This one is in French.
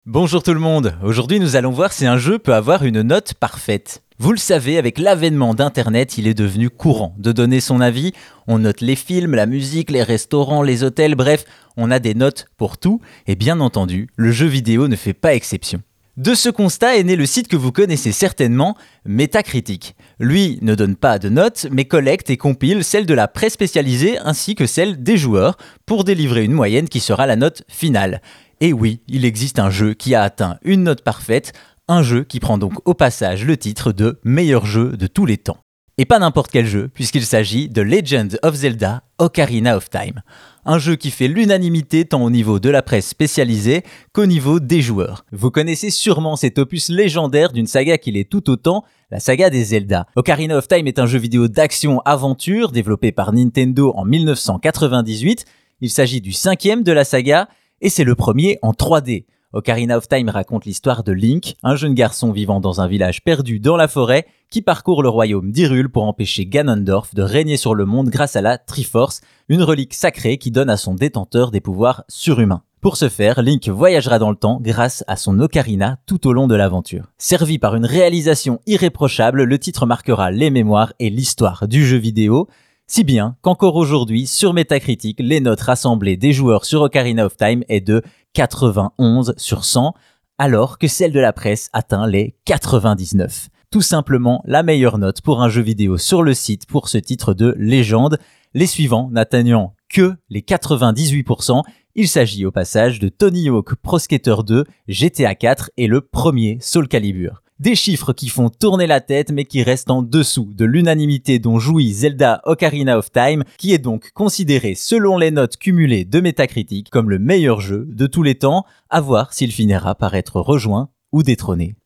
Bonjour tout le monde, aujourd'hui nous allons voir si un jeu peut avoir une note parfaite. Vous le savez, avec l'avènement d'Internet, il est devenu courant de donner son avis. On note les films, la musique, les restaurants, les hôtels, bref, on a des notes pour tout. Et bien entendu, le jeu vidéo ne fait pas exception. De ce constat est né le site que vous connaissez certainement, Metacritic. Lui ne donne pas de notes, mais collecte et compile celles de la presse spécialisée ainsi que celles des joueurs pour délivrer une moyenne qui sera la note finale. Et oui, il existe un jeu qui a atteint une note parfaite, un jeu qui prend donc au passage le titre de meilleur jeu de tous les temps. Et pas n'importe quel jeu, puisqu'il s'agit de Legend of Zelda Ocarina of Time. Un jeu qui fait l'unanimité tant au niveau de la presse spécialisée qu'au niveau des joueurs. Vous connaissez sûrement cet opus légendaire d'une saga qui l'est tout autant, la saga des Zelda. Ocarina of Time est un jeu vidéo d'action-aventure développé par Nintendo en 1998. Il s'agit du 5e de la saga et c'est le premier en 3D. Ocarina of Time raconte l'histoire de Link, un jeune garçon vivant dans un village perdu dans la forêt qui parcourt le royaume d'Hyrule pour empêcher Ganondorf de régner sur le monde grâce à la Triforce, une relique sacrée qui donne à son détenteur des pouvoirs surhumains. Pour ce faire, Link voyagera dans le temps grâce à son ocarina tout au long de l'aventure. Servi par une réalisation irréprochable, le titre marquera les mémoires et l'histoire du jeu vidéo, si bien qu'encore aujourd'hui, sur Metacritic, les notes rassemblées des joueurs sur Ocarina of Time est de 91 sur 100, alors que celle de la presse atteint les 99. Tout simplement la meilleure note pour un jeu vidéo sur le site pour ce titre de légende, les suivants n'atteignant que les 98%. Il s'agit au passage de Tony Hawk Pro Skater 2, GTA 4 et le premier Soul Calibur. Des chiffres qui font tourner la tête mais qui restent en dessous de l'unanimité dont jouit Zelda Ocarina of Time, qui est donc considéré selon les notes cumulées de Metacritic comme le meilleur jeu de tous les temps, à voir s'il finira par être rejoint ou détrôné.